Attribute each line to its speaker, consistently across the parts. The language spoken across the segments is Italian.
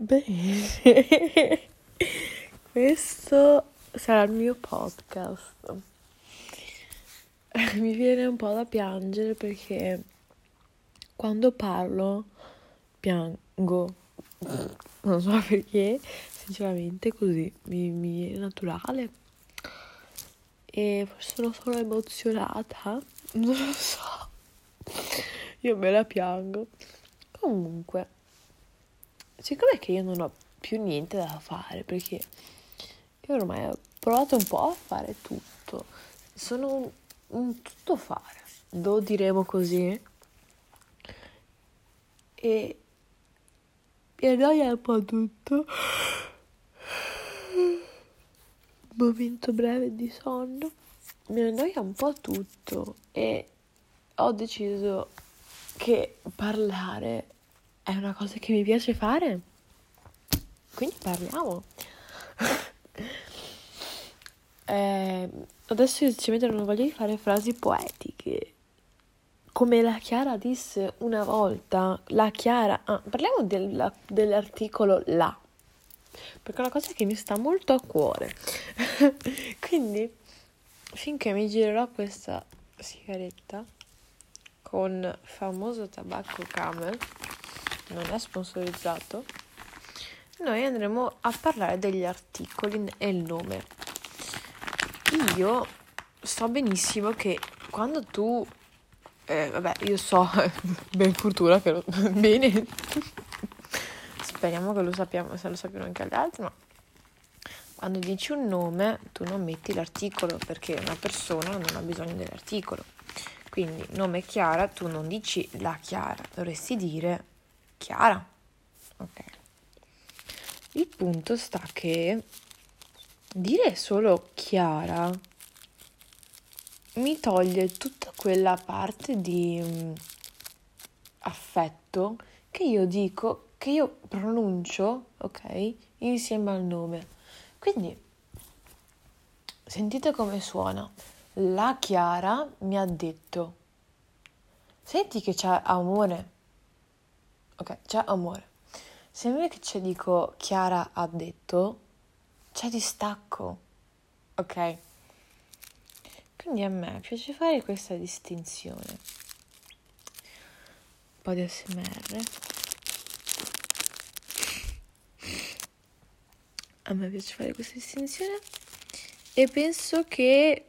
Speaker 1: Bene, questo sarà il mio podcast. Mi viene un po' da piangere perché quando parlo piango. Non so perché, sinceramente così mi viene naturale. E forse sono solo emozionata, non lo so. Io me la piango. Comunque, siccome che io non ho più niente da fare, perché io ormai ho provato un po' a fare tutto, sono un tuttofare, lo diremo così, e mi annoia un po' tutto. Momento breve di sonno, mi annoia un po' tutto e ho deciso che parlare è una cosa che mi piace fare, quindi parliamo. Adesso io sinceramente non voglio fare frasi poetiche. Come la Chiara disse una volta, la Chiara... parliamo dell'articolo la, perché è una cosa che mi sta molto a cuore. Quindi, finché mi girerò questa sigaretta con famoso tabacco Camel, non è sponsorizzato, noi andremo a parlare degli articoli e il nome. Io so benissimo che quando tu io so ben fortuna che bene, speriamo che lo sappiamo, se lo sappiano anche gli altri, ma quando dici un nome tu non metti l'articolo, perché una persona non ha bisogno dell'articolo. Quindi nome Chiara, tu non dici la Chiara, dovresti dire Chiara. Ok. Il punto sta che dire solo Chiara mi toglie tutta quella parte di affetto che io dico, che io pronuncio, ok, insieme al nome. Quindi sentite come suona. La Chiara mi ha detto. Senti che c'è amore. Ok, c'è amore. Se invece dico Chiara ha detto, c'è distacco. Ok? Quindi a me piace fare questa distinzione. Un po' di ASMR. A me piace fare questa distinzione e penso che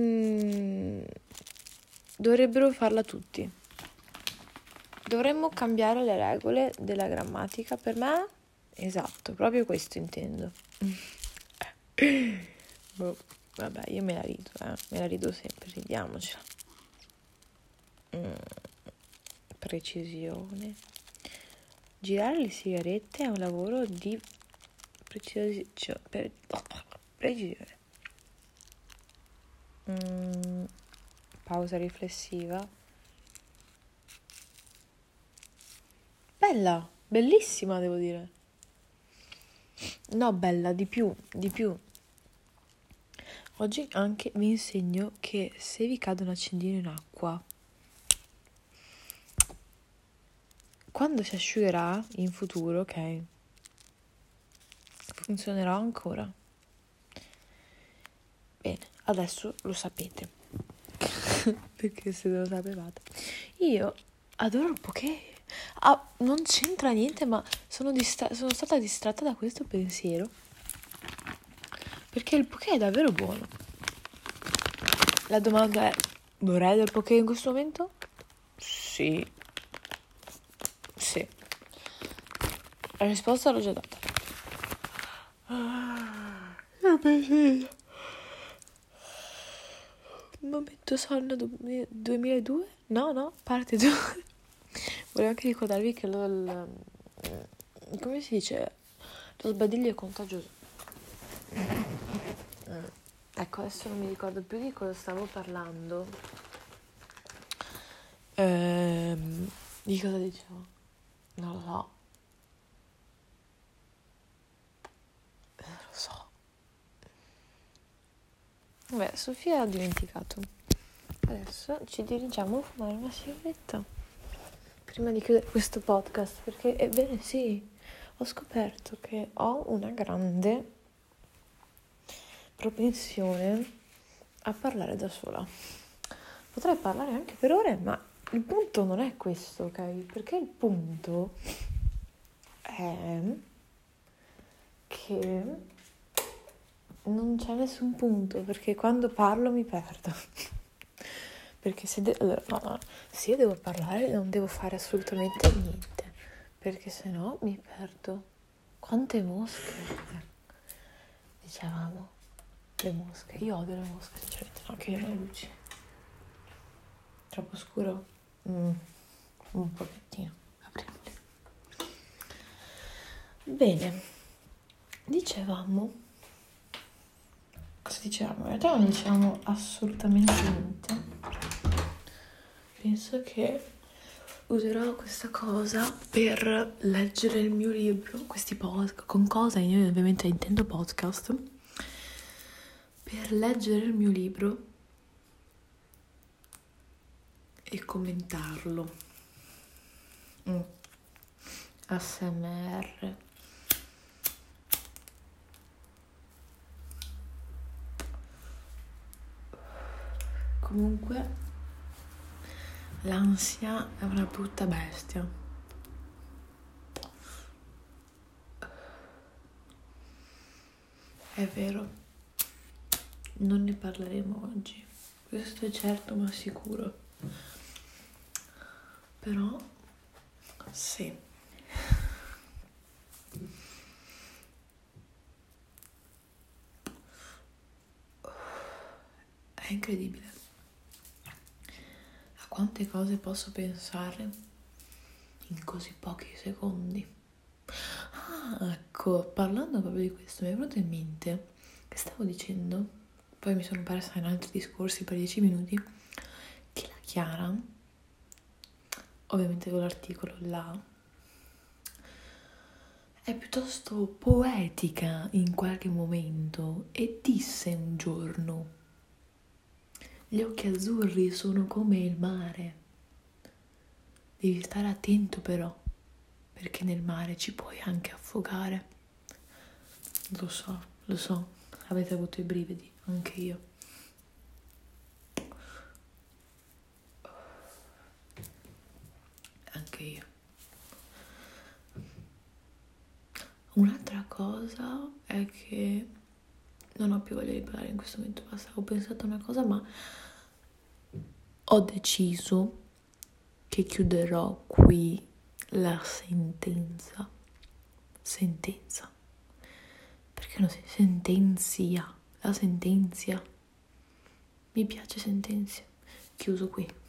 Speaker 1: dovrebbero farla tutti. Dovremmo cambiare le regole della grammatica, per me. Esatto, proprio questo intendo. Vabbè, io me la rido sempre, ridiamocela. Precisione. Girare le sigarette è un lavoro di precisione. Pausa riflessiva. Bella, bellissima devo dire. No, bella, di più. Oggi anche vi insegno che se vi cade un accendino in acqua, quando si asciugherà in futuro, ok, funzionerà ancora. Bene, adesso lo sapete. Perché se non lo sapevate. Io adoro il poké. Non c'entra niente, ma sono stata distratta da questo pensiero. Perché il poké è davvero buono. La domanda è: vorrei del poké in questo momento? Sì. La risposta l'ho già data. Io penso. Momento sonno 2002? No, parte 2. Volevo anche ricordarvi che come si dice? Lo sbadiglio è contagioso. Ecco, adesso non mi ricordo più di cosa stavo parlando. Di cosa dicevo? Non lo so. Vabbè, Sofia ha dimenticato. Adesso ci dirigiamo a fumare una sigaretta prima di chiudere questo podcast, perché ebbene sì, ho scoperto che ho una grande propensione a parlare da sola. Potrei parlare anche per ore, ma il punto non è questo, ok? Perché il punto è che non c'è nessun punto, perché quando parlo mi perdo. Perché allora, no, se io devo parlare non devo fare assolutamente niente, perché sennò mi perdo. Quante mosche? Dicevamo, le mosche. Io odio le mosche, sinceramente, no, che io le luci. Troppo scuro? Un pochettino. Apriamole. Bene, dicevamo. Cosa dicevamo? In realtà non dicevamo assolutamente niente. Penso che userò questa cosa per leggere il mio libro, questi podcast, con cosa io ovviamente intendo podcast, per leggere il mio libro e commentarlo. ASMR. Comunque l'ansia è una brutta bestia. È vero, non ne parleremo oggi, questo è certo ma sicuro. Però sì. È incredibile a quante cose posso pensare in così pochi secondi. Ecco, parlando proprio di questo, mi è venuto in mente che stavo dicendo, poi mi sono persa in altri discorsi per 10 minuti, che la Chiara, ovviamente con l'articolo là, è piuttosto poetica in qualche momento e disse un giorno: gli occhi azzurri sono come il mare. Devi stare attento però, perché nel mare ci puoi anche affogare. Lo so, avete avuto i brividi, anche io. Anche io. Un'altra cosa è che non ho più voglia di parlare in questo momento, basta, ho pensato a una cosa, ma ho deciso che chiuderò qui la sentenza. Perché non si sentenzia? La sentenzia. Mi piace sentenzia. Chiuso qui.